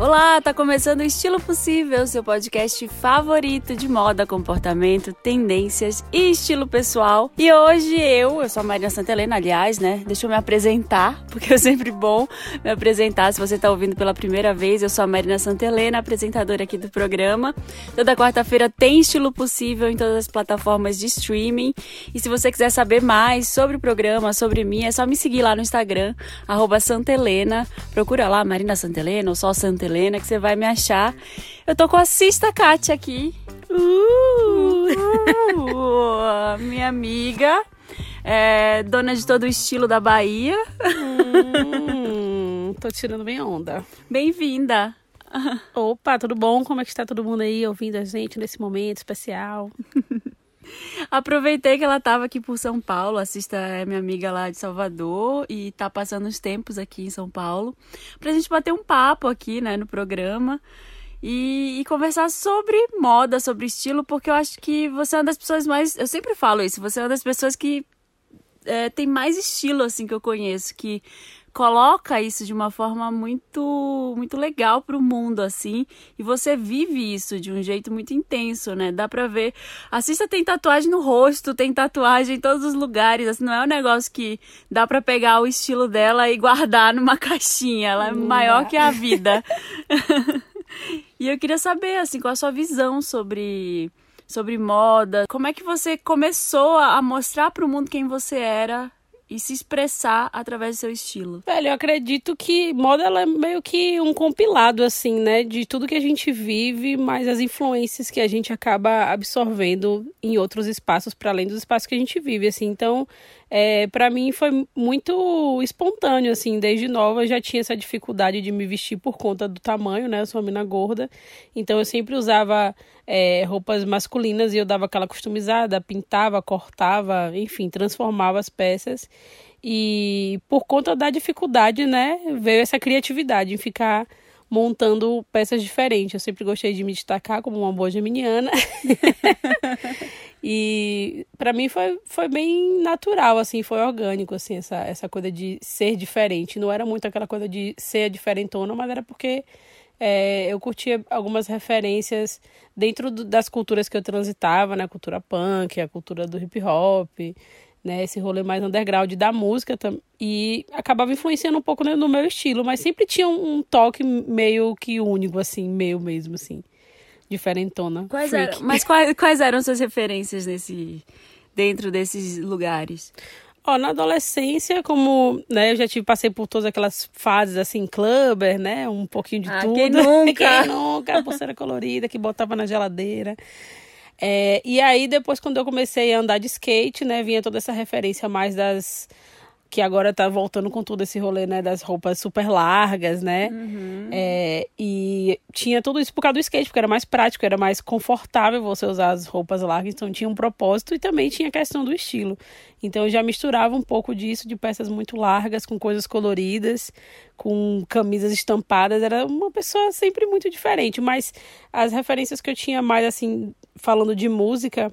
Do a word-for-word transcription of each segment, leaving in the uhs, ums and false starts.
Olá, tá começando o Estilo Possível, seu podcast favorito de moda, comportamento, tendências e estilo pessoal. E hoje eu, eu sou a Marina Santelena, aliás, né? Deixa eu me apresentar, porque é sempre bom me apresentar. Se você tá ouvindo pela primeira vez, eu sou a Marina Santelena, apresentadora aqui do programa. Toda quarta-feira tem Estilo Possível em todas as plataformas de streaming. E se você quiser saber mais sobre o programa, sobre mim, é só me seguir lá no Instagram, arroba Santelena. Procura lá, Marina Santelena ou só Santelena, que você vai me achar. Eu tô com a Sista Kátia aqui. Uh, uh, minha amiga, é, dona de todo o estilo da Bahia. Hum, tô tirando bem onda. Bem-vinda. Opa, tudo bom? Como é que está todo mundo aí ouvindo a gente nesse momento especial? Aproveitei que ela estava aqui por São Paulo, a Sista é minha amiga lá de Salvador e tá passando os tempos aqui em São Paulo, pra gente bater um papo aqui, né, no programa e, e conversar sobre moda, sobre estilo, porque eu acho que você é uma das pessoas mais, eu sempre falo isso, você é uma das pessoas que é, tem mais estilo, assim, que eu conheço, que coloca isso de uma forma muito, muito legal pro mundo, assim, e você vive isso de um jeito muito intenso, né? Dá pra ver. A Cissa tem tatuagem no rosto, tem tatuagem em todos os lugares, assim, não é um negócio que dá pra pegar o estilo dela e guardar numa caixinha, ela é não maior dá. Que a vida. E eu queria saber, assim, qual a sua visão sobre, sobre moda, como é que você começou a mostrar pro mundo quem você era e se expressar através do seu estilo. Velho, eu acredito que moda ela é meio que um compilado, assim, né? De tudo que a gente vive, mas as influências que a gente acaba absorvendo em outros espaços, para além dos espaços que a gente vive, assim. Então, é, para mim foi muito espontâneo, assim. Desde nova eu já tinha essa dificuldade de me vestir por conta do tamanho, né? Eu sou uma mina gorda. Então, eu sempre usava é, roupas masculinas e eu dava aquela customizada, pintava, cortava, enfim, transformava as peças. E por conta da dificuldade, né, veio essa criatividade em ficar montando peças diferentes. Eu sempre gostei de me destacar como uma boa geminiana. E para mim foi, foi bem natural, assim, foi orgânico, assim, essa, essa coisa de ser diferente. Não era muito aquela coisa de ser diferentona, mas era porque é, eu curtia algumas referências dentro do, das culturas que eu transitava, né, a cultura punk, a cultura do hip hop, né, esse rolê mais underground da música tam- e acabava influenciando um pouco, né, no meu estilo, mas sempre tinha um, um toque meio que único, assim, meio mesmo, assim, diferentona. Quais eram, mas quais, quais eram suas referências nesse, dentro desses lugares? Ó, na adolescência, como, né, eu já tive, passei por todas aquelas fases, assim, clubber, né, um pouquinho de ah, tudo. Quem nunca? Quem nunca? Pulseira colorida que botava na geladeira. É, e aí, depois, quando eu comecei a andar de skate, né, vinha toda essa referência mais das... que agora tá voltando com todo esse rolê, né, das roupas super largas, né, uhum. é, e tinha tudo isso por causa do skate, porque era mais prático, era mais confortável você usar as roupas largas, então tinha um propósito e também tinha a questão do estilo. Então eu já misturava um pouco disso, de peças muito largas, com coisas coloridas, com camisas estampadas, era uma pessoa sempre muito diferente, mas as referências que eu tinha mais, assim, falando de música,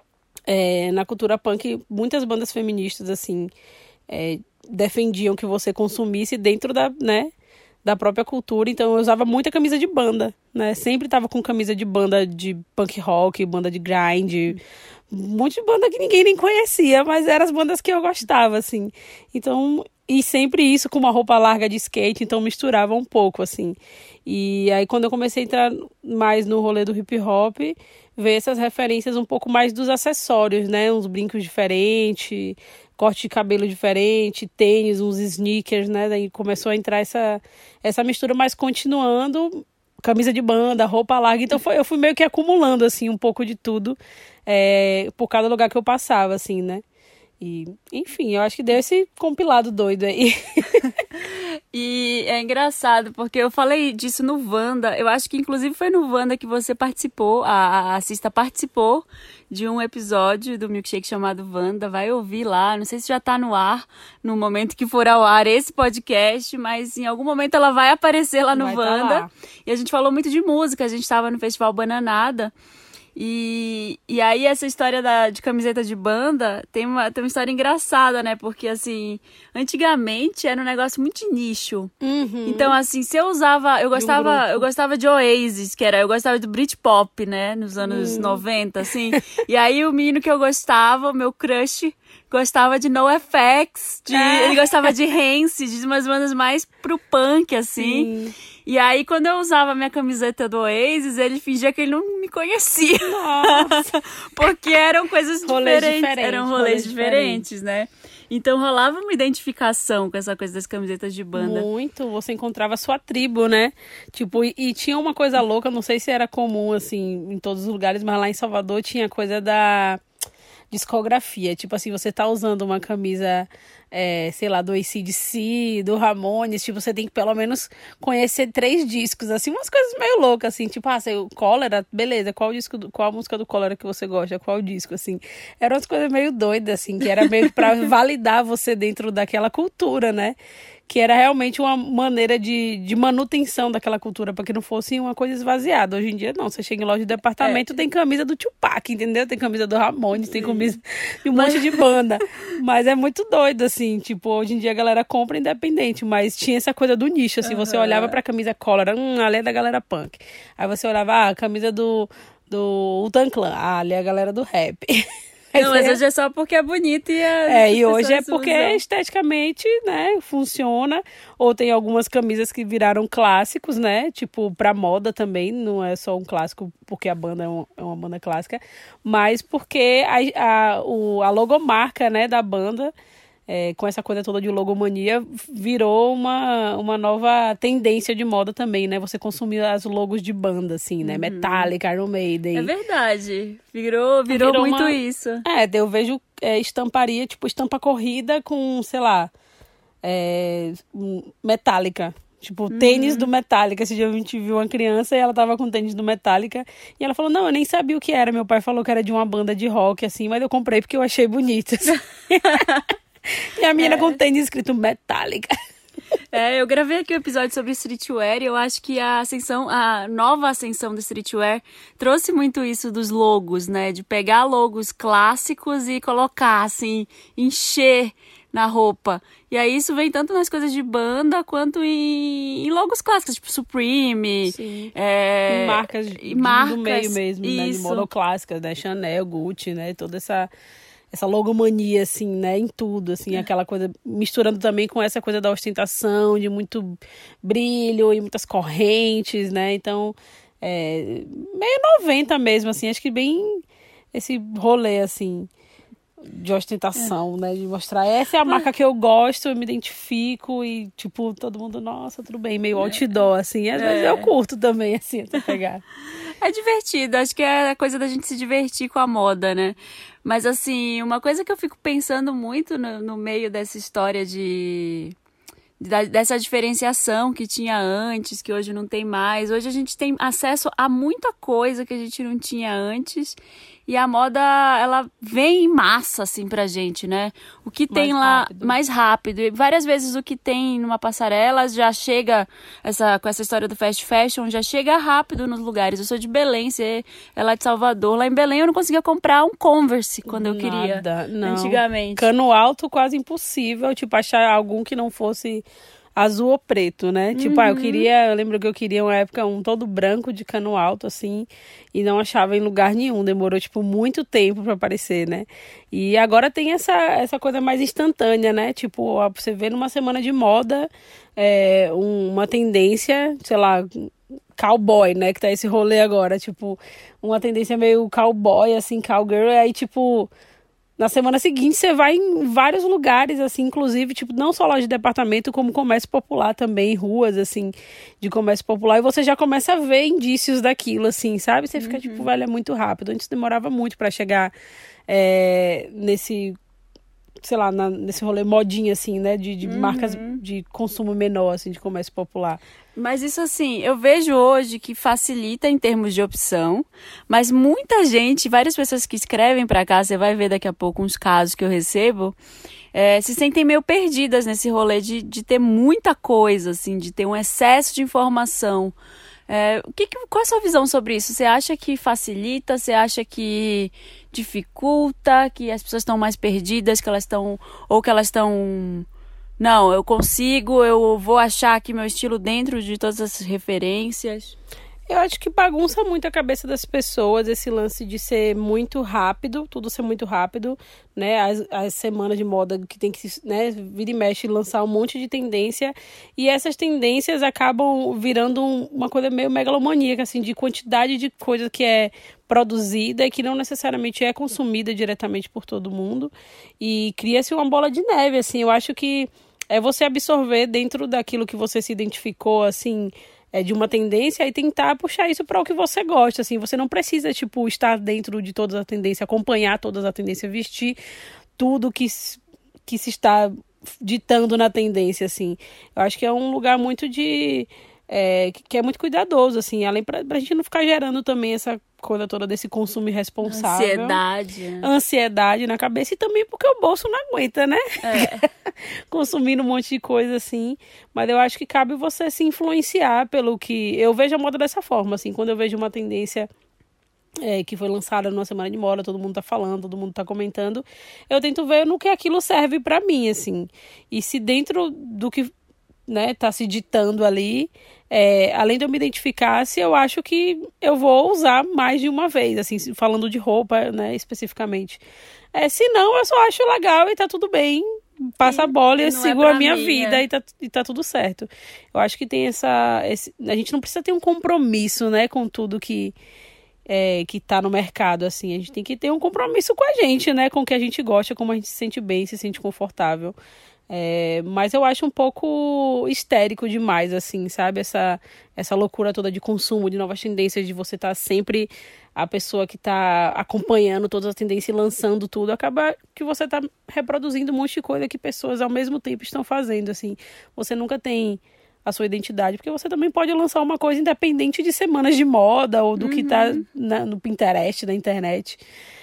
é, na cultura punk, muitas bandas feministas, assim, É, defendiam que você consumisse dentro da, né, da própria cultura, então eu usava muita camisa de banda, né, sempre tava com camisa de banda de punk rock, banda de grind, um monte de banda que ninguém nem conhecia, mas eram as bandas que eu gostava, assim, então, e sempre isso com uma roupa larga de skate, então misturava um pouco, assim, e aí quando eu comecei a entrar mais no rolê do hip hop, veio essas referências um pouco mais dos acessórios, né, uns brincos diferentes, corte de cabelo diferente, tênis, uns sneakers, né? Daí começou a entrar essa, essa mistura, mas continuando, camisa de banda, roupa larga. Então foi, eu fui meio que acumulando, assim, um pouco de tudo é, por cada lugar que eu passava, assim, né? E, enfim, eu acho que deu esse compilado doido aí. E é engraçado, porque eu falei disso no Wanda, eu acho que inclusive foi no Wanda que você participou, a, a Cista participou de um episódio do Milkshake chamado Wanda, vai ouvir lá, não sei se já tá no ar, no momento que for ao ar esse podcast, mas em algum momento ela vai aparecer lá no vai Wanda. Tá lá. E a gente falou muito de música, a gente estava no Festival Bananada, E, e aí essa história da, de camiseta de banda tem uma, tem uma história engraçada, né? Porque, assim, antigamente era um negócio muito de nicho. Uhum. Então, assim, se eu usava... Eu gostava, eu gostava de Oasis, que era... Eu gostava do Britpop, né? Nos anos Hum. noventa, assim. E aí o menino que eu gostava, o meu crush, gostava de NoFX, de, Ah. ele gostava de Rancid, de umas bandas mais pro punk, assim. Sim. E aí, quando eu usava a minha camiseta do Oasis, ele fingia que ele não me conhecia. Nossa. Porque eram coisas Rolês diferentes. diferentes, Eram rolês, rolês diferentes, né? Então rolava uma identificação com essa coisa das camisetas de banda. Muito, você encontrava a sua tribo, né? Tipo, e, e tinha uma coisa louca, não sei se era comum, assim, em todos os lugares, mas lá em Salvador tinha coisa da discografia. Tipo assim, você tá usando uma camisa, é, sei lá, do A C D C, do Ramones, tipo, você tem que pelo menos conhecer três discos, assim, umas coisas meio loucas, assim, tipo, ah, o Cólera, beleza, qual disco, do, qual a música do Cólera que você gosta, qual disco, assim. Eram umas coisas meio doidas, assim, que era meio pra validar você dentro daquela cultura, né? Que era realmente uma maneira de, de manutenção daquela cultura, para que não fosse uma coisa esvaziada. Hoje em dia, não. Você chega em loja de departamento, é. tem camisa do Tupac, entendeu? Tem camisa do Ramones, tem camisa de um monte de banda. Mas é muito doido, assim. Tipo, hoje em dia a galera compra independente, mas tinha essa coisa do nicho, assim. Você uhum. olhava pra camisa Cólera, hum, ali é da galera punk. Aí você olhava, ah, a camisa do, do Wu-Tang Clan, ah, ali é a galera do rap. Não, mas hoje é só porque é bonito e as É, e hoje é porque usam. esteticamente, né, funciona. Ou tem algumas camisas que viraram clássicos, né, tipo, pra moda também, não é só um clássico porque a banda é, um, é uma banda clássica, mas porque a, a, o, a logomarca, né, da banda, é, com essa coisa toda de logomania, virou uma, uma nova tendência de moda também, né? Você consumir as logos de banda, assim, né? Uhum. Metallica, Iron Maiden. É verdade. Virou, virou, virou muito uma... isso. É, eu vejo é, estamparia, tipo, estampa corrida com, sei lá, é, Metallica. Tipo, uhum. tênis do Metallica. Esse dia a gente viu uma criança e ela tava com tênis do Metallica. E ela falou, não, eu nem sabia o que era. Meu pai falou que era de uma banda de rock, assim, mas eu comprei porque eu achei bonito. Assim. E a menina é. com tênis escrito Metallica. É, eu gravei aqui um episódio sobre streetwear e eu acho que a ascensão, a nova ascensão do streetwear trouxe muito isso dos logos, né? De pegar logos clássicos e colocar, assim, encher na roupa. E aí isso vem tanto nas coisas de banda quanto em, em logos clássicos, tipo Supreme. Sim. É, e marcas, de, marcas do meio mesmo, isso. né? De moda clássica, né? Chanel, Gucci, né? Toda essa... essa logomania, assim, né, em tudo, assim, aquela coisa, misturando também com essa coisa da ostentação, de muito brilho e muitas correntes, né, então, é, meio noventa mesmo, assim, acho que bem esse rolê, assim, de ostentação, é. né, de mostrar, essa é a marca que eu gosto, eu me identifico e, tipo, todo mundo, nossa, tudo bem, meio outdoor, assim, às é. vezes eu curto também, assim, até pegar. É divertido, acho que é a coisa da gente se divertir com a moda, né? Mas, assim, uma coisa que eu fico pensando muito no, no meio dessa história de, de... dessa diferenciação que tinha antes, que hoje não tem mais. Hoje a gente tem acesso a muita coisa que a gente não tinha antes. E a moda, ela vem em massa, assim, pra gente, né? O que mais tem lá rápido. mais rápido. E várias vezes o que tem numa passarela já chega, essa, com essa história do fast fashion, já chega rápido nos lugares. Eu sou de Belém, você é lá de Salvador. Lá em Belém eu não conseguia comprar um Converse quando eu queria. Nada, não. Antigamente. Cano alto, quase impossível. Tipo, achar algum que não fosse... azul ou preto, né? Uhum. Tipo, ah, eu queria... Eu lembro que eu queria uma época um todo branco de cano alto, assim, e não achava em lugar nenhum. Demorou, tipo, muito tempo pra aparecer, né? E agora tem essa, essa coisa mais instantânea, né? Tipo, você vê numa semana de moda é, uma tendência, sei lá... cowboy, né? Que tá esse rolê agora. Tipo, uma tendência meio cowboy, assim, cowgirl. E aí, tipo... na semana seguinte, você vai em vários lugares, assim, inclusive, tipo, não só loja de departamento, como comércio popular também, ruas, assim, de comércio popular, e você já começa a ver indícios daquilo, assim, sabe? Você fica, uhum. tipo, velho, é muito rápido. Antes demorava muito pra chegar é, nesse, sei lá, na, nesse rolê modinha, assim, né? De, de uhum. marcas de consumo menor, assim, de comércio popular. Mas isso, assim, eu vejo hoje que facilita em termos de opção, mas muita gente, várias pessoas que escrevem pra cá, você vai ver daqui a pouco uns casos que eu recebo, é, se sentem meio perdidas nesse rolê de, de ter muita coisa, assim, de ter um excesso de informação. É, o que, qual é a sua visão sobre isso? Você acha que facilita? Você acha que dificulta? Que as pessoas estão mais perdidas? Que elas estão... Ou que elas estão... Não, eu consigo, eu vou achar aqui meu estilo dentro de todas essas referências. Eu acho que bagunça muito a cabeça das pessoas esse lance de ser muito rápido, tudo ser muito rápido, né? As, as semanas de moda que tem que, né, vira e mexe, lançar um monte de tendência. E essas tendências acabam virando uma coisa meio megalomaníaca, assim, de quantidade de coisa que é produzida e que não necessariamente é consumida diretamente por todo mundo. E cria-se uma bola de neve, assim. Eu acho que é você absorver dentro daquilo que você se identificou, assim... É de uma tendência e tentar puxar isso para o que você gosta, assim, você não precisa, tipo, estar dentro de todas as tendências, acompanhar todas as tendências, vestir tudo que, que se está ditando na tendência, assim. Eu acho que é um lugar muito de... É, que é muito cuidadoso, assim, além pra, pra gente não ficar gerando também essa coisa toda desse consumo irresponsável. Ansiedade. Ansiedade na cabeça e também porque o bolso não aguenta, né? É. Consumindo um monte de coisa, assim. Mas eu acho que cabe você se influenciar pelo que... Eu vejo a moda dessa forma, assim, quando eu vejo uma tendência... É, que foi lançada numa semana de moda, todo mundo tá falando, todo mundo tá comentando, eu tento ver no que aquilo serve pra mim, assim. E se dentro do que, né, tá se ditando ali, é, além de eu me identificar, se eu acho que eu vou usar mais de uma vez, assim, falando de roupa, né, especificamente. É, se não, eu só acho legal e tá tudo bem, passa a bola e eu sigo é a minha mim, vida é. e, tá, e tá tudo certo. Eu acho que tem essa... Esse, a gente não precisa ter um compromisso, né, com tudo que... É, que tá no mercado, assim, a gente tem que ter um compromisso com a gente, né, com o que a gente gosta, como a gente se sente bem, se sente confortável, é, mas eu acho um pouco histérico demais, assim, sabe, essa, essa loucura toda de consumo, de novas tendências, de você estar tá sempre a pessoa que tá acompanhando todas as tendências e lançando tudo, acaba que você tá reproduzindo um monte de coisa que pessoas ao mesmo tempo estão fazendo, assim, você nunca tem a sua identidade, porque você também pode lançar uma coisa independente de semanas de moda ou do uhum. que tá na, no Pinterest, na internet,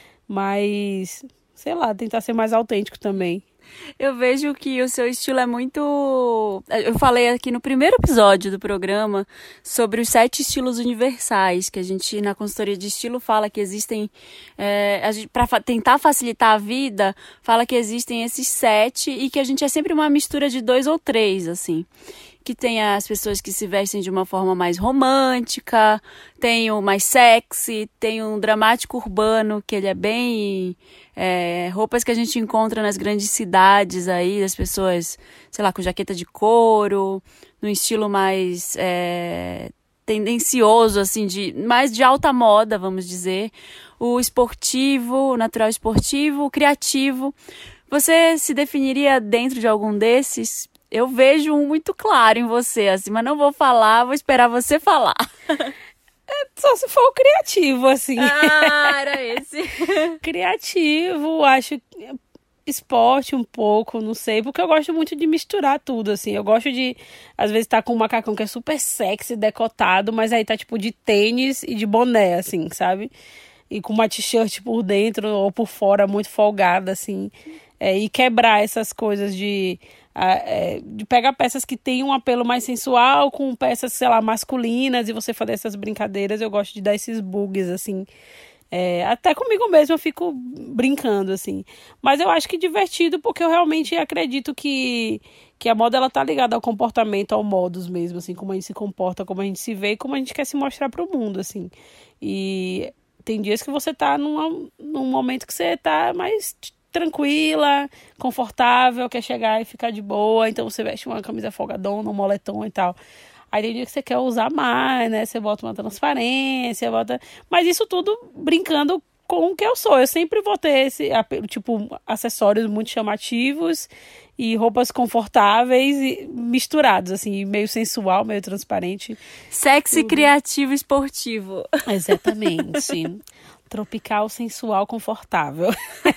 mas, sei lá, tentar ser mais autêntico também. Eu vejo que o seu estilo é muito... Eu falei aqui no primeiro episódio do programa sobre os sete estilos universais, que a gente, na consultoria de estilo, fala que existem... É, para fa- tentar facilitar a vida, fala que existem esses sete e que a gente é sempre uma mistura de dois ou três, assim. Que tem as pessoas que se vestem de uma forma mais romântica, tem o mais sexy, tem um dramático urbano, que ele é bem... É, roupas que a gente encontra nas grandes cidades aí, das pessoas, sei lá, com jaqueta de couro, num estilo mais é, tendencioso, assim, de, mais de alta moda, vamos dizer. O esportivo, o natural esportivo, o criativo. Você se definiria dentro de algum desses? Eu vejo um muito claro em você, assim, mas não vou falar, vou esperar você falar. É, só se for o criativo, assim. Ah, era esse. Criativo, acho esporte um pouco, não sei, porque eu gosto muito de misturar tudo, assim. Eu gosto de, às vezes, estar tá com um macacão que é super sexy, decotado, mas aí tá, tipo, de tênis e de boné, assim, sabe? E com uma t-shirt por dentro ou por fora muito folgada, assim. É, e quebrar essas coisas de... de pegar peças que têm um apelo mais sensual com peças, sei lá, masculinas e você fazer essas brincadeiras. Eu gosto de dar esses bugs, assim. É, até comigo mesmo eu fico brincando, assim. Mas eu acho que divertido porque eu realmente acredito que, que a moda, ela tá ligada ao comportamento, ao modus mesmo, assim. Como a gente se comporta, como a gente se vê e como a gente quer se mostrar pro mundo, assim. E tem dias que você tá numa, num momento que você tá mais... tranquila, confortável, quer chegar e ficar de boa, então você veste uma camisa folgadona, um moletom e tal. Aí tem dia que você quer usar mais, né? Você bota uma transparência, bota... Mas isso tudo brincando com o que eu sou. Eu sempre vou ter esse, tipo, acessórios muito chamativos e roupas confortáveis e misturados, assim, meio sensual, meio transparente. Sexy, tudo. Criativo, esportivo. Exatamente. Tropical, sensual, confortável.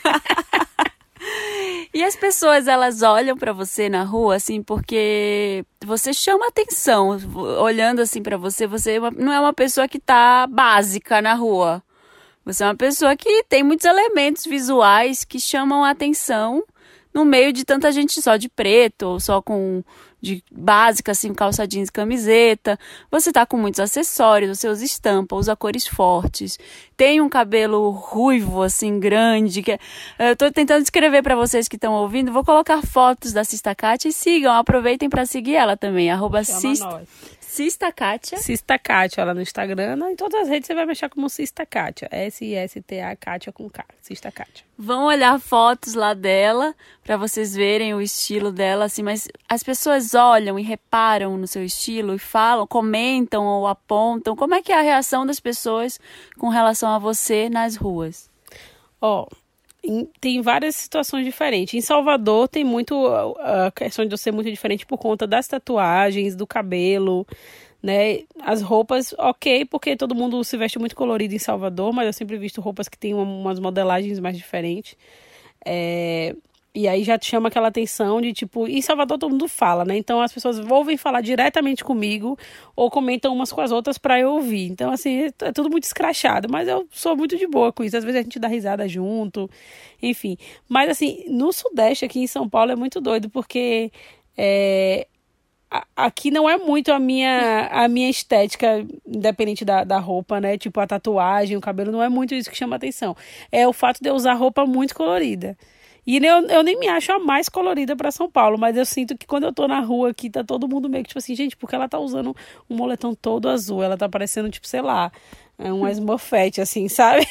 E as pessoas, elas olham pra você na rua, assim, porque você chama atenção. Olhando assim pra você, você não é uma pessoa que tá básica na rua. Você é uma pessoa que tem muitos elementos visuais que chamam a atenção no meio de tanta gente só de preto, ou só com de básica, assim, calça jeans e camiseta. Você tá com muitos acessórios, você usa estampa, usa cores fortes, tem um cabelo ruivo, assim, grande. Que é... Eu tô tentando descrever para vocês que estão ouvindo, vou colocar fotos da Sista Kátia e sigam, aproveitem para seguir ela também, arroba Sista... Sista Kátia. Sista Kátia, ela no Instagram, em todas as redes você vai mexer como Sista Kátia. S I S T A Kátia com K. Sista Kátia. Vão olhar fotos lá dela para vocês verem o estilo dela, assim, mas as pessoas olham e reparam no seu estilo e falam, comentam ou apontam. Como é que é a reação das pessoas com relação a você nas ruas? Ó, oh, tem várias situações diferentes. Em Salvador tem muito a questão de eu ser muito diferente por conta das tatuagens, do cabelo, né? As roupas, ok, porque todo mundo se veste muito colorido em Salvador, mas eu sempre visto roupas que tem umas modelagens mais diferentes. É... E aí já te chama aquela atenção de tipo... Em Salvador todo mundo fala, né? Então as pessoas ouvem falar diretamente comigo ou comentam umas com as outras pra eu ouvir. Então assim, é tudo muito escrachado. Mas eu sou muito de boa com isso. Às vezes a gente dá risada junto. Enfim. Mas assim, no Sudeste aqui em São Paulo é muito doido. Porque é, aqui não é muito a minha, a minha estética, independente da, da roupa, né? Tipo a tatuagem, o cabelo. Não é muito isso que chama atenção. É o fato de eu usar roupa muito colorida. E eu, eu nem me acho a mais colorida para São Paulo, mas eu sinto que quando eu tô na rua aqui, tá todo mundo meio que tipo assim, gente, porque ela tá usando um moletom todo azul? Ela tá parecendo, tipo, sei lá, uma Smurfette, assim, sabe?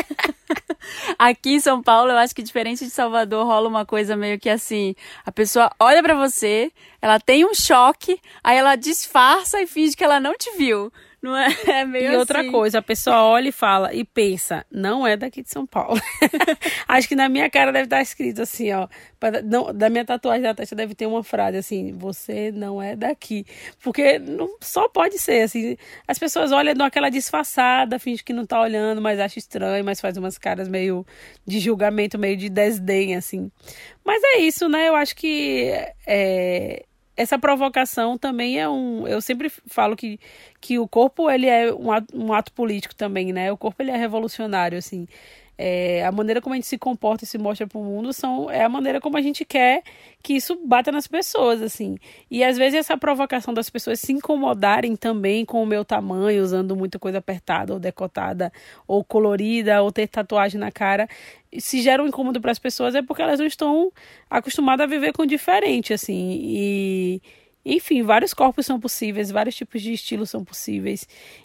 Aqui em São Paulo, eu acho que diferente de Salvador, rola uma coisa meio que assim, a pessoa olha pra você, ela tem um choque, aí ela disfarça e finge que ela não te viu. Não é? É meio e assim. outra coisa, a pessoa olha e fala e pensa, não é daqui de São Paulo. Acho que na minha cara deve estar escrito assim, ó. Pra, não, da minha tatuagem da testa deve ter uma frase assim, você não é daqui. Porque não, só pode ser, assim. As pessoas olham, dão aquela disfarçada, fingem que não tá olhando, mas acha estranho, mas faz umas caras meio de julgamento, meio de desdém, assim. Mas é isso, né? Eu acho que é... essa provocação também é um... Eu sempre falo que, que o corpo, ele é um ato, um ato político também, né? O corpo, ele é revolucionário, assim. É, a maneira como a gente se comporta e se mostra para o mundo são, é a maneira como a gente quer que isso bata nas pessoas, assim. E, às vezes, essa provocação das pessoas se incomodarem também com o meu tamanho, usando muita coisa apertada ou decotada, ou colorida, ou ter tatuagem na cara... se gera um incômodo para as pessoas é porque elas não estão acostumadas a viver com o diferente, assim, e enfim, vários corpos são possíveis, vários tipos de estilos são possíveis,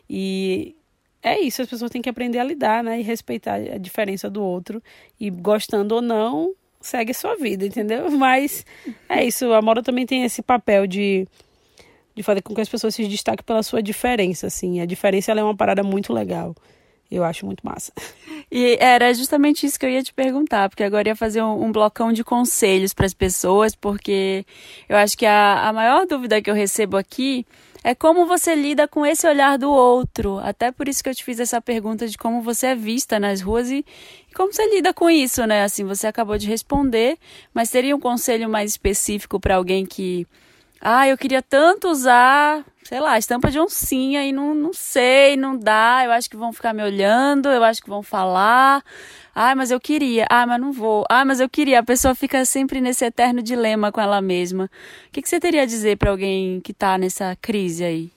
e é isso, as pessoas têm que aprender a lidar, né, e respeitar a diferença do outro, e gostando ou não, segue a sua vida, entendeu? Mas é isso, a moda também tem esse papel de, de fazer com que as pessoas se destaquem pela sua diferença, assim, a diferença ela é uma parada muito legal. Eu acho muito massa. E era justamente isso que eu ia te perguntar, porque agora ia fazer um, um blocão de conselhos para as pessoas, porque eu acho que a, a maior dúvida que eu recebo aqui é como você lida com esse olhar do outro. Até por isso que eu te fiz essa pergunta de como você é vista nas ruas e, e como você lida com isso, né? Assim, você acabou de responder, mas teria um conselho mais específico para alguém que... Ah, eu queria tanto usar, sei lá, estampa de oncinha e não, não sei, não dá. Eu acho que vão ficar me olhando, eu acho que vão falar. Ah, mas eu queria. Ah, mas não vou. Ah, mas eu queria. A pessoa fica sempre nesse eterno dilema com ela mesma. O que, que você teria a dizer para alguém que tá nessa crise aí?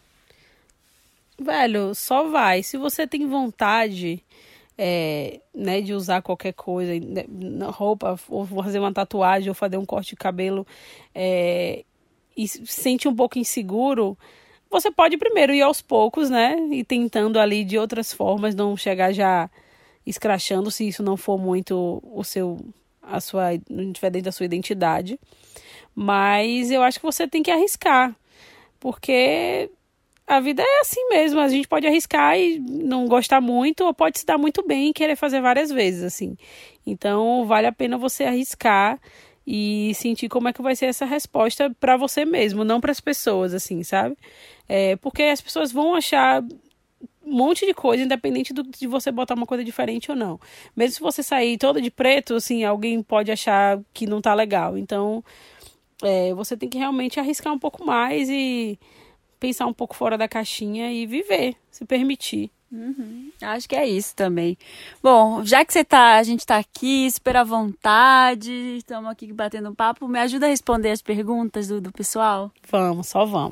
Velho, só vai. Se você tem vontade... É, né, de usar qualquer coisa, né, roupa, ou fazer uma tatuagem, ou fazer um corte de cabelo, é, e se sente um pouco inseguro, você pode primeiro ir aos poucos, né, e tentando ali de outras formas, não chegar já escrachando, se isso não for muito o seu, a sua, não estiver dentro da sua identidade. Mas eu acho que você tem que arriscar, porque a vida é assim mesmo, a gente pode arriscar e não gostar muito, ou pode se dar muito bem e querer fazer várias vezes, assim. Então, vale a pena você arriscar e sentir como é que vai ser essa resposta para você mesmo, não para as pessoas, assim, sabe? É, porque as pessoas vão achar um monte de coisa, independente do, de você botar uma coisa diferente ou não. Mesmo se você sair toda de preto, assim, alguém pode achar que não tá legal. Então, é, você tem que realmente arriscar um pouco mais e... pensar um pouco fora da caixinha e viver, se permitir. Uhum. Acho que é isso também. Bom, já que você tá, a gente tá aqui, super à vontade, estamos aqui batendo um papo, me ajuda a responder as perguntas do, do pessoal? Vamos, só vamos.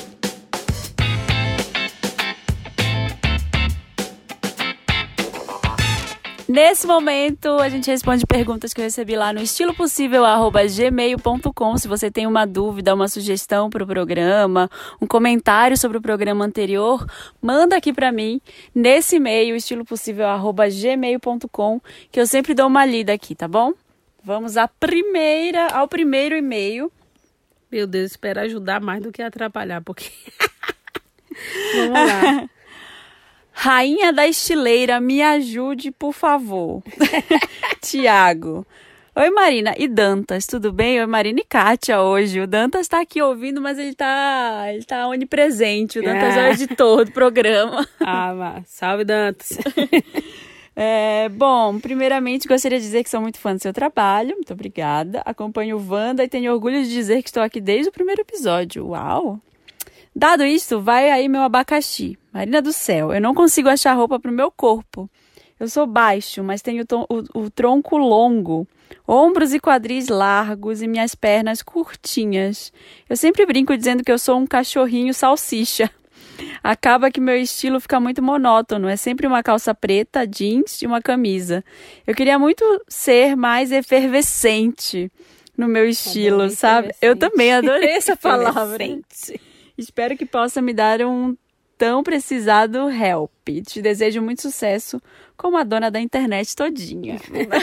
Nesse momento, a gente responde perguntas que eu recebi lá no estilo possível arroba gmail ponto com. Se você tem uma dúvida, uma sugestão para o programa, um comentário sobre o programa anterior, manda aqui para mim nesse e-mail, estilo possível arroba gmail ponto com, que eu sempre dou uma lida aqui, tá bom? Vamos à primeira, ao primeiro e-mail. Meu Deus, espero ajudar mais do que atrapalhar, porque... Vamos lá. Rainha da estileira, me ajude, por favor. Tiago. Oi, Marina. E Dantas, tudo bem? Oi, Marina e Kátia hoje. O Dantas está aqui ouvindo, mas ele está ele tá onipresente. O Dantas é o editor do programa. Ah, mas salve, Dantas. É, bom, primeiramente gostaria de dizer que sou muito fã do seu trabalho. Muito obrigada. Acompanho o Wanda e tenho orgulho de dizer que estou aqui desde o primeiro episódio. Uau! Dado isso, vai aí meu abacaxi. Marina do céu, eu não consigo achar roupa pro meu corpo. Eu sou baixo, mas tenho o, o, o tronco longo, ombros e quadris largos e minhas pernas curtinhas. Eu sempre brinco dizendo que eu sou um cachorrinho salsicha. Acaba que meu estilo fica muito monótono. É sempre uma calça preta, jeans e uma camisa. Eu queria muito ser mais efervescente no meu estilo, adorei, sabe? Eu também adorei essa palavra. Espero que possa me dar um tão precisado help. Te desejo muito sucesso como a dona da internet todinha.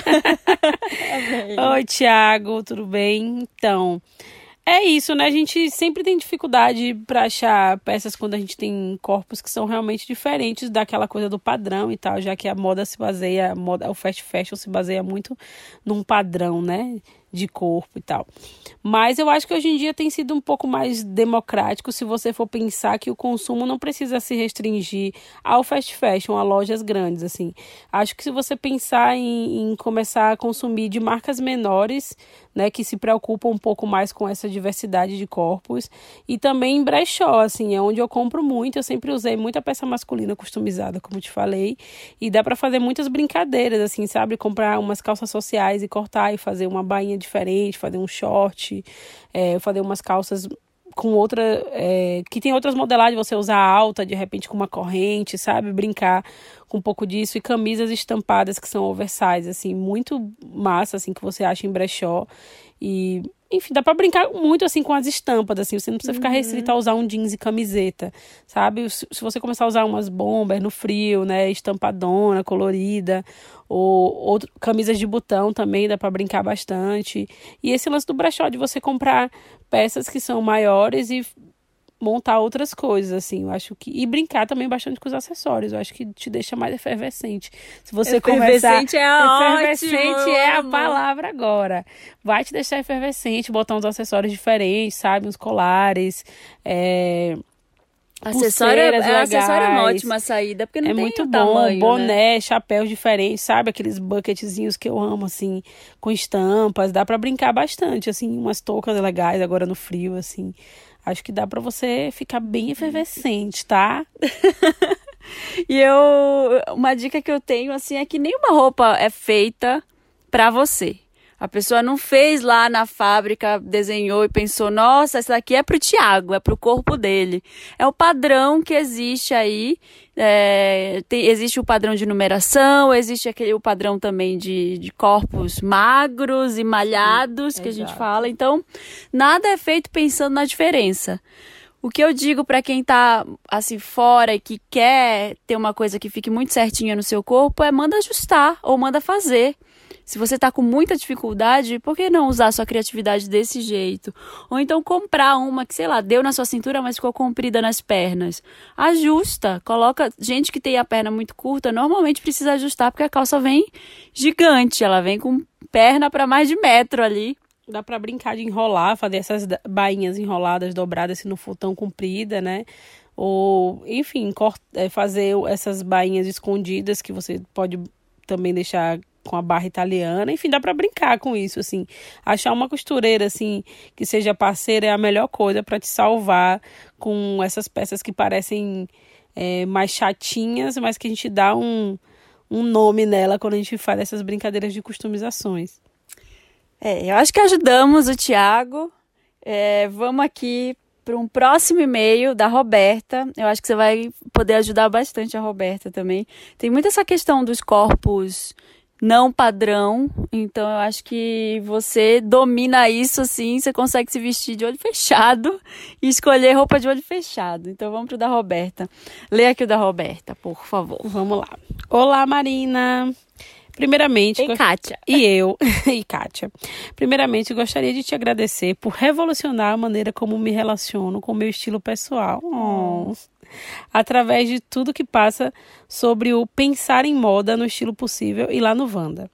Oi, Thiago, tudo bem? Então, é isso, né? A gente sempre tem dificuldade para achar peças quando a gente tem corpos que são realmente diferentes daquela coisa do padrão e tal, já que a moda se baseia, a moda, o fast fashion se baseia muito num padrão, né? De corpo e tal. Mas eu acho que hoje em dia tem sido um pouco mais democrático se você for pensar que o consumo não precisa se restringir ao fast fashion, a lojas grandes, assim. Acho que se você pensar em, em começar a consumir de marcas menores, né, que se preocupam um pouco mais com essa diversidade de corpos, e também em brechó, assim, é onde eu compro muito. Eu sempre usei muita peça masculina customizada, como te falei, e dá para fazer muitas brincadeiras, assim, sabe? Comprar umas calças sociais e cortar e fazer uma bainha diferente, fazer um short, é, fazer umas calças com outra, é, que tem outras modelagens, você usar alta, de repente com uma corrente, sabe, brincar com um pouco disso, e camisas estampadas que são oversize, assim, muito massa, assim, que você acha em brechó, e enfim, dá pra brincar muito, assim, com as estampas, assim, você não precisa ficar restrito a usar um jeans e camiseta, sabe? Se, se você começar a usar umas bombers no frio, né, estampadona, colorida, ou, ou camisas de botão também, dá pra brincar bastante. E esse lance do brechó, de você comprar peças que são maiores e montar outras coisas, assim, eu acho que... E brincar também bastante com os acessórios, eu acho que te deixa mais efervescente. Se você efervescente começar... é efervescente ótimo, é a palavra agora. Vai te deixar efervescente, botar uns acessórios diferentes, sabe? Uns colares, é... Acessório, é, acessório é uma ótima saída, porque não é tem muito o bom, tamanho, boné, né? chapéus diferentes, sabe? Aqueles bucketzinhos que eu amo, assim, com estampas. Dá pra brincar bastante, assim, umas toucas legais agora no frio, assim. Acho que dá pra você ficar bem efervescente, tá? E eu... Uma dica que eu tenho, assim, é que nenhuma roupa é feita pra você. A pessoa não fez lá na fábrica, desenhou e pensou, nossa, essa daqui é pro Thiago, é pro corpo dele. É o padrão que existe aí, é, tem, existe o padrão de numeração, existe aquele, o padrão também de, de corpos magros e malhados, Sim, que exato. A gente fala. Então, nada é feito pensando na diferença. O que eu digo para quem tá assim fora e que quer ter uma coisa que fique muito certinha no seu corpo é manda ajustar ou manda fazer. Se você está com muita dificuldade, por que não usar sua criatividade desse jeito? Ou então comprar uma que, sei lá, deu na sua cintura, mas ficou comprida nas pernas. Ajusta, coloca... Gente que tem a perna muito curta, normalmente precisa ajustar, porque a calça vem gigante, ela vem com perna para mais de metro ali. Dá para brincar de enrolar, fazer essas bainhas enroladas, dobradas, se não for tão comprida, né? Ou, enfim, fazer essas bainhas escondidas que você pode também deixar com a barra italiana, enfim, dá pra brincar com isso, assim, achar uma costureira, assim, que seja parceira é a melhor coisa pra te salvar com essas peças que parecem é, mais chatinhas, mas que a gente dá um, um nome nela quando a gente faz essas brincadeiras de customizações. É, eu acho que ajudamos o Thiago. É, vamos aqui para um próximo e-mail da Roberta. Eu acho que você vai poder ajudar bastante a Roberta também. Tem muito essa questão dos corpos não padrão, então eu acho que você domina isso, assim, você consegue se vestir de olho fechado e escolher roupa de olho fechado. Então vamos pro da Roberta. Lê aqui o da Roberta, por favor. Vamos lá. Olá, Marina. Primeiramente... E go... Kátia. E eu, e Kátia. Primeiramente, gostaria de te agradecer por revolucionar a maneira como me relaciono com o meu estilo pessoal. Oh. Através de tudo que passa sobre o pensar em moda no estilo possível e lá no Wanda.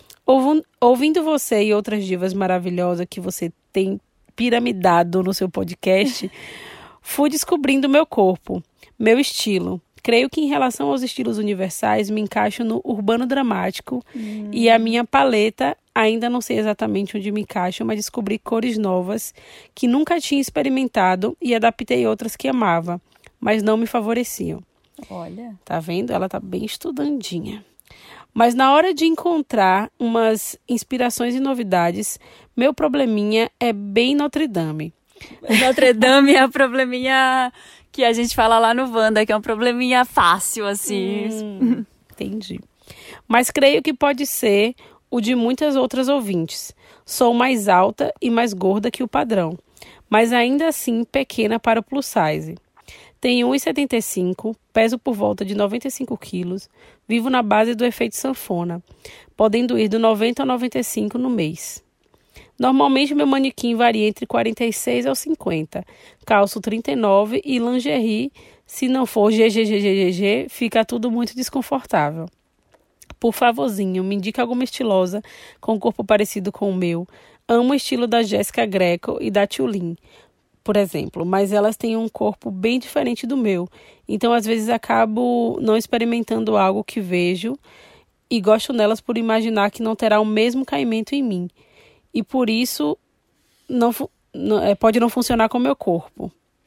Ouvindo você e outras divas maravilhosas que você tem piramidado no seu podcast, fui descobrindo meu corpo, meu estilo. Creio que em relação aos estilos universais, me encaixo no urbano dramático hum. e a minha paleta, ainda não sei exatamente onde me encaixo, mas descobri cores novas que nunca tinha experimentado e adaptei outras que amava, mas não me favoreciam. Olha. Tá vendo? Ela tá bem estudandinha. Mas na hora de encontrar umas inspirações e novidades, meu probleminha é bem Notre Dame. Notre Dame é o probleminha que a gente fala lá no Wanda, que é um probleminha fácil, assim. Hum, entendi. Mas creio que pode ser o de muitas outras ouvintes. Sou mais alta e mais gorda que o padrão, mas ainda assim pequena para o plus size. Tenho um metro e setenta e cinco, peso por volta de noventa e cinco quilos, vivo na base do efeito sanfona, podendo ir do noventa ao noventa e cinco no mês. Normalmente meu manequim varia entre quarenta e seis aos cinquenta, calço trinta e nove e lingerie, se não for G G G G G G, fica tudo muito desconfortável. Por favorzinho, me indica alguma estilosa com um corpo parecido com o meu. Amo o estilo da Jéssica Greco e da Tulin, por exemplo, mas elas têm um corpo bem diferente do meu, então às vezes acabo não experimentando algo que vejo e gosto nelas por imaginar que não terá o mesmo caimento em mim. E por isso não, não, é, pode não funcionar com o meu corpo.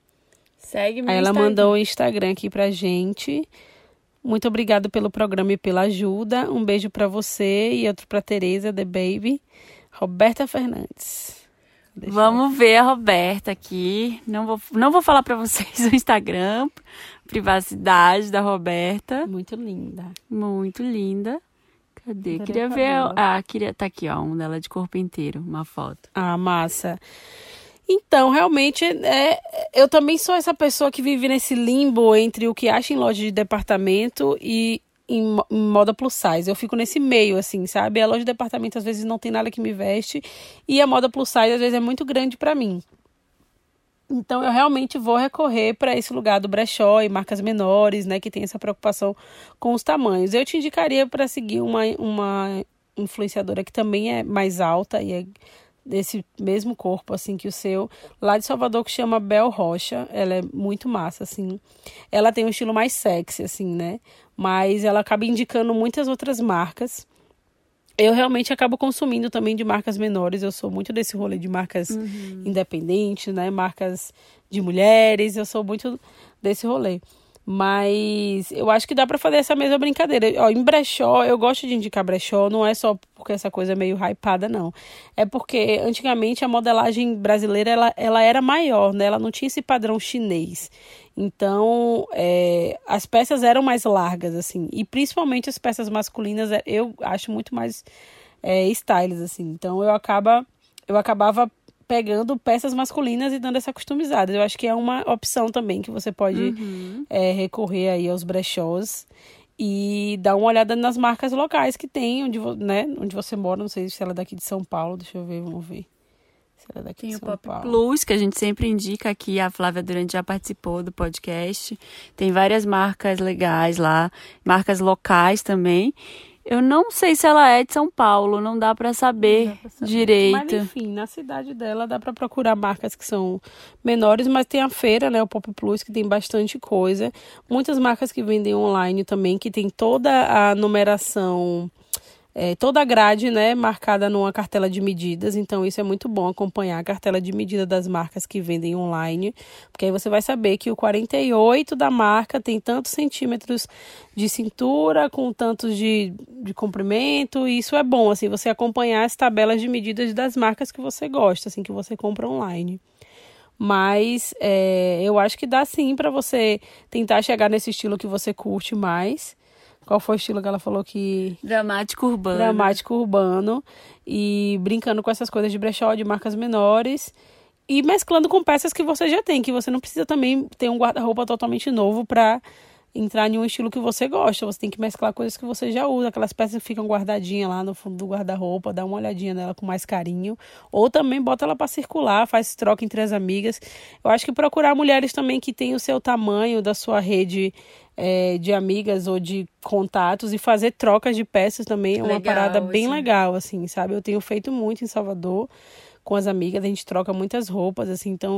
Segue meu Aí ela Instagram. mandou o Instagram aqui pra gente. Muito obrigada pelo programa e pela ajuda. Um beijo pra você e outro pra Tereza, The Baby. Roberta Fernandes. Deixa Vamos eu... ver a Roberta aqui. Não vou, não vou falar pra vocês o Instagram. Privacidade da Roberta. Muito linda. Muito linda. Cadê? Adorei Queria ver. Ah, queria. Tá aqui, ó. Um dela de corpo inteiro. Uma foto. Ah, massa. Então, realmente, é, eu também sou essa pessoa que vive nesse limbo entre o que acha em loja de departamento e em, em moda plus size. Eu fico nesse meio, assim, sabe? A loja de departamento, às vezes, não tem nada que me veste. E a moda plus size, às vezes, é muito grande pra mim. Então, eu realmente vou recorrer para esse lugar do brechó e marcas menores, né, que tem essa preocupação com os tamanhos. Eu te indicaria para seguir uma, uma influenciadora que também é mais alta e é desse mesmo corpo, assim, que o seu, lá de Salvador, que chama Bel Rocha. Ela é muito massa, assim. Ela tem um estilo mais sexy, assim, né, mas ela acaba indicando muitas outras marcas. Eu realmente acabo consumindo também de marcas menores. Eu sou muito desse rolê de marcas uhum. independentes, né? Marcas de mulheres. Eu sou muito desse rolê. Mas eu acho que dá pra fazer essa mesma brincadeira. Ó, em brechó, eu gosto de indicar brechó. Não é só porque essa coisa é meio hypada, não. É porque antigamente a modelagem brasileira ela, ela era maior, né? Ela não tinha esse padrão chinês. Então, é, as peças eram mais largas, assim. E principalmente as peças masculinas, eu acho muito mais é, stylish, assim. Então, eu, acaba, eu acabava pegando peças masculinas e dando essa customizada. Eu acho que é uma opção também que você pode uhum. é, recorrer aí aos brechós e dar uma olhada nas marcas locais que tem, onde, né, onde você mora. Não sei se ela é daqui de São Paulo. Deixa eu ver, vamos ver. Tem o Pop Plus, que a gente sempre indica aqui, a Flávia Durante já participou do podcast. Tem várias marcas legais lá, marcas locais também. Eu não sei se ela é de São Paulo, não dá pra saber, dá pra saber. direito. Mas enfim, na cidade dela dá pra procurar marcas que são menores, mas tem a feira, né, o Pop Plus, que tem bastante coisa. Muitas marcas que vendem online também, que tem toda a numeração é, toda a grade, né, marcada numa cartela de medidas. Então, isso é muito bom, acompanhar a cartela de medida das marcas que vendem online, porque aí você vai saber que o quarenta e oito da marca tem tantos centímetros de cintura, com tantos de, de comprimento, e isso é bom, assim, você acompanhar as tabelas de medidas das marcas que você gosta, assim, que você compra online. Mas é, eu acho que dá sim para você tentar chegar nesse estilo que você curte mais. Qual foi o estilo que ela falou que... Dramático urbano. Dramático urbano. E brincando com essas coisas de brechó, de marcas menores. E mesclando com peças que você já tem. Que você não precisa também ter um guarda-roupa totalmente novo para entrar em um estilo que você gosta. Você tem que mesclar coisas que você já usa. Aquelas peças que ficam guardadinhas lá no fundo do guarda-roupa. Dá uma olhadinha nela com mais carinho. Ou também bota ela para circular. Faz troca entre as amigas. Eu acho que procurar mulheres também que têm o seu tamanho da sua rede... É, de amigas ou de contatos e fazer trocas de peças também é uma Legal, parada bem assim. legal, assim, sabe? Eu tenho feito muito em Salvador com as amigas, a gente troca muitas roupas, assim, então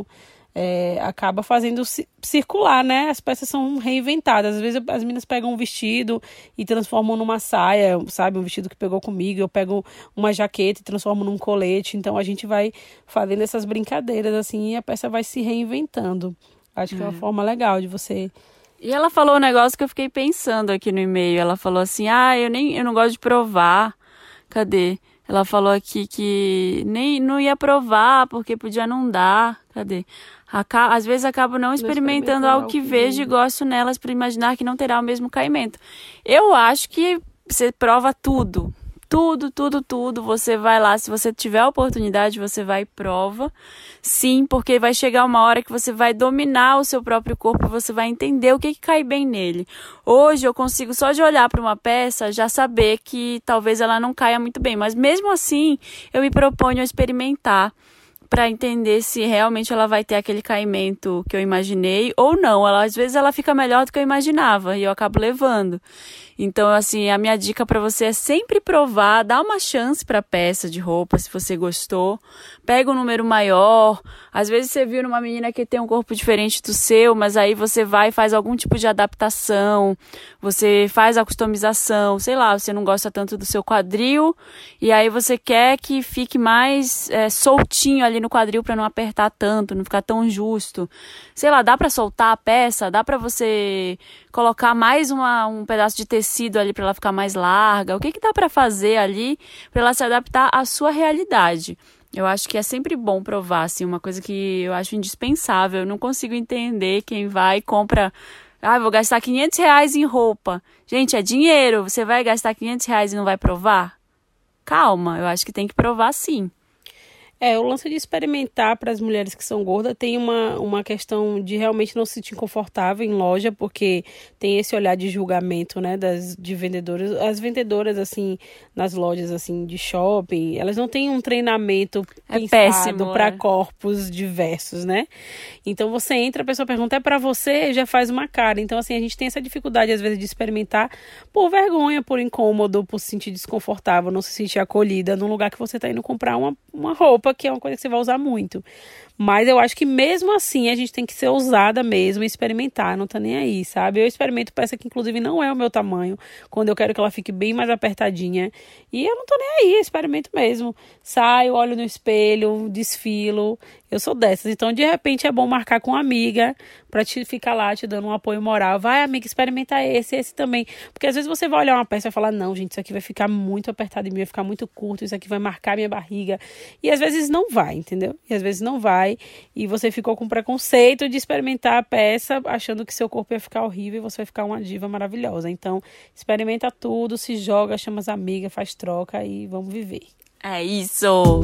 é, acaba fazendo circular, né? As peças são reinventadas. Às vezes as meninas pegam um vestido e transformam numa saia, sabe? Um vestido que pegou comigo, eu pego uma jaqueta e transformo num colete, então a gente vai fazendo essas brincadeiras, assim, e a peça vai se reinventando. Acho que é, é uma forma legal de você... E ela falou um negócio que eu fiquei pensando aqui no e-mail. Ela falou assim, ah, eu nem eu não gosto de provar. Cadê? Ela falou aqui que nem não ia provar porque podia não dar. Cadê? Aca- Às vezes acabo não experimentando algo que vejo e gosto nelas para imaginar que não terá o mesmo caimento. Eu acho que você prova tudo. Tudo, tudo, tudo. Você vai lá, se você tiver a oportunidade, você vai e prova. Sim, porque vai chegar uma hora que você vai dominar o seu próprio corpo, você vai entender o que, que cai bem nele. Hoje eu consigo, só de olhar para uma peça, já saber que talvez ela não caia muito bem. Mas mesmo assim, eu me proponho a experimentar para entender se realmente ela vai ter aquele caimento que eu imaginei ou não. Ela, às vezes ela fica melhor do que eu imaginava e eu acabo levando. Então, assim, a minha dica para você é sempre provar, dar uma chance para a peça de roupa, se você gostou. Pega um número maior. Às vezes você viu numa menina que tem um corpo diferente do seu, mas aí você vai e faz algum tipo de adaptação. Você faz a customização, sei lá, você não gosta tanto do seu quadril e aí você quer que fique mais é, soltinho ali no quadril para não apertar tanto, não ficar tão justo. Sei lá, dá para soltar a peça, dá para você colocar mais uma, um pedaço de tecido ali para ela ficar mais larga. O que que dá para fazer ali para ela se adaptar à sua realidade? Eu acho que é sempre bom provar, assim, uma coisa que eu acho indispensável. Eu não consigo entender quem vai e compra... Ah, vou gastar quinhentos reais em roupa. Gente, é dinheiro. Você vai gastar quinhentos reais e não vai provar? Calma, eu acho que tem que provar sim. É, o lance de experimentar para as mulheres que são gordas tem uma, uma questão de realmente não se sentir confortável em loja, porque tem esse olhar de julgamento, né, das, de vendedoras. As vendedoras, assim, nas lojas, assim, de shopping, elas não têm um treinamento é pensado para é. corpos diversos, né? Então, você entra, a pessoa pergunta, é para você? Já faz uma cara. Então, assim, a gente tem essa dificuldade, às vezes, de experimentar por vergonha, por incômodo, por se sentir desconfortável, não se sentir acolhida num lugar que você está indo comprar uma, uma roupa, que é uma coisa que você vai usar muito. Mas eu acho que mesmo assim a gente tem que ser ousada mesmo e experimentar, não tá nem aí, sabe? Eu experimento peça que inclusive não é o meu tamanho, quando eu quero que ela fique bem mais apertadinha, e eu não tô nem aí, eu experimento mesmo. Saio, olho no espelho, desfilo, eu sou dessas. Então, de repente, é bom marcar com uma amiga pra te ficar lá te dando um apoio moral. Vai, amiga, experimenta esse, esse também. Porque às vezes você vai olhar uma peça e vai falar, não, gente, isso aqui vai ficar muito apertado em mim, vai ficar muito curto, isso aqui vai marcar minha barriga. E às vezes não vai, entendeu? E às vezes não vai. E você ficou com preconceito de experimentar a peça, achando que seu corpo ia ficar horrível e você vai ficar uma diva maravilhosa. Então, experimenta tudo, se joga, chama as amigas, faz troca e vamos viver. É isso!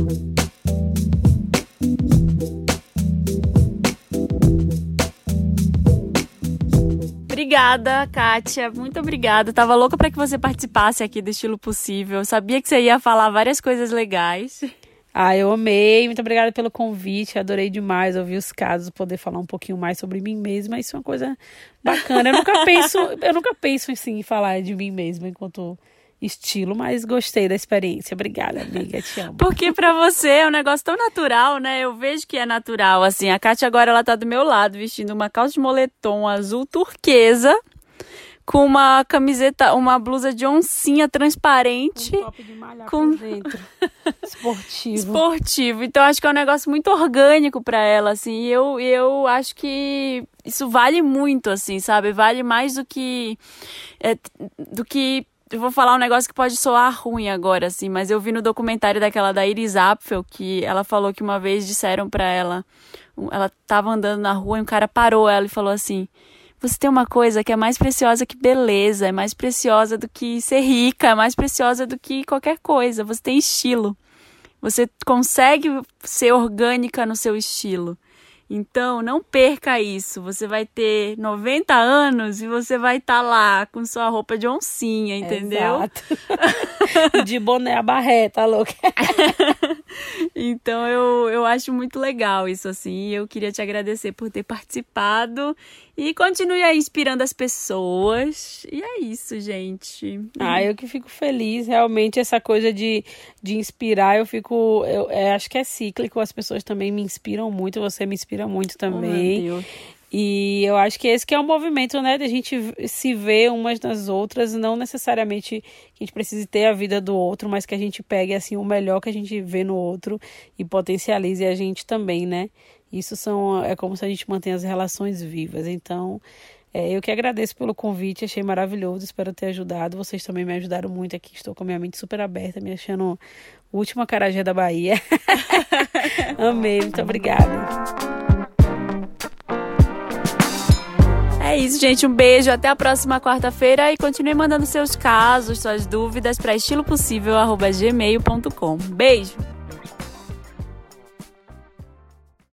Obrigada, Kátia. Muito obrigada. Tava louca para que você participasse aqui do Estilo Possível. Eu sabia que você ia falar várias coisas legais. Ah, eu amei. Muito obrigada pelo convite. Adorei demais ouvir os casos, poder falar um pouquinho mais sobre mim mesma. Isso é uma coisa bacana. Eu nunca penso, eu nunca penso assim, em falar de mim mesma enquanto estilo, mas gostei da experiência. Obrigada, amiga. Te amo. Porque pra você é um negócio tão natural, né? Eu vejo que é natural. Assim, a Kátia agora ela tá do meu lado, vestindo uma calça de moletom azul turquesa, com uma camiseta, uma blusa de oncinha transparente. Um top de malhar com... por dentro. Esportivo. Esportivo. Então, acho que é um negócio muito orgânico pra ela, assim. E eu, eu acho que isso vale muito, assim, sabe? Vale mais do que... É, do que... Eu vou falar um negócio que pode soar ruim agora, assim, mas eu vi no documentário daquela da Iris Apfel, que ela falou que uma vez disseram pra ela, ela tava andando na rua e um cara parou ela e falou assim, você tem uma coisa que é mais preciosa que beleza, é mais preciosa do que ser rica, é mais preciosa do que qualquer coisa, você tem estilo, você consegue ser orgânica no seu estilo. Então, não perca isso. Você vai ter noventa anos e você vai estar tá lá com sua roupa de oncinha, entendeu? Exato. De boné a barreta, louca. Então, eu, eu acho muito legal isso, assim. Eu queria te agradecer por ter participado e continue aí inspirando as pessoas. E é isso, gente. Ah, eu que fico feliz. Realmente, essa coisa de, de inspirar, eu fico... Eu, eu acho que é cíclico. As pessoas também me inspiram muito. Você me inspira muito também. Oh, meu Deus. E eu acho que esse que é o movimento, né? De a gente se ver umas nas outras. Não necessariamente que a gente precise ter a vida do outro, mas que a gente pegue, assim, o melhor que a gente vê no outro e potencialize a gente também, né? Isso são, é como se a gente mantém as relações vivas. Então, é, eu que agradeço pelo convite, achei maravilhoso, espero ter ajudado. Vocês também me ajudaram muito aqui, estou com a minha mente super aberta, me achando o último acarajé da Bahia. Amei, muito obrigada. É isso, gente. Um beijo. Até a próxima quarta-feira. E continue mandando seus casos, suas dúvidas para estilopossível arroba gmail ponto com. Beijo!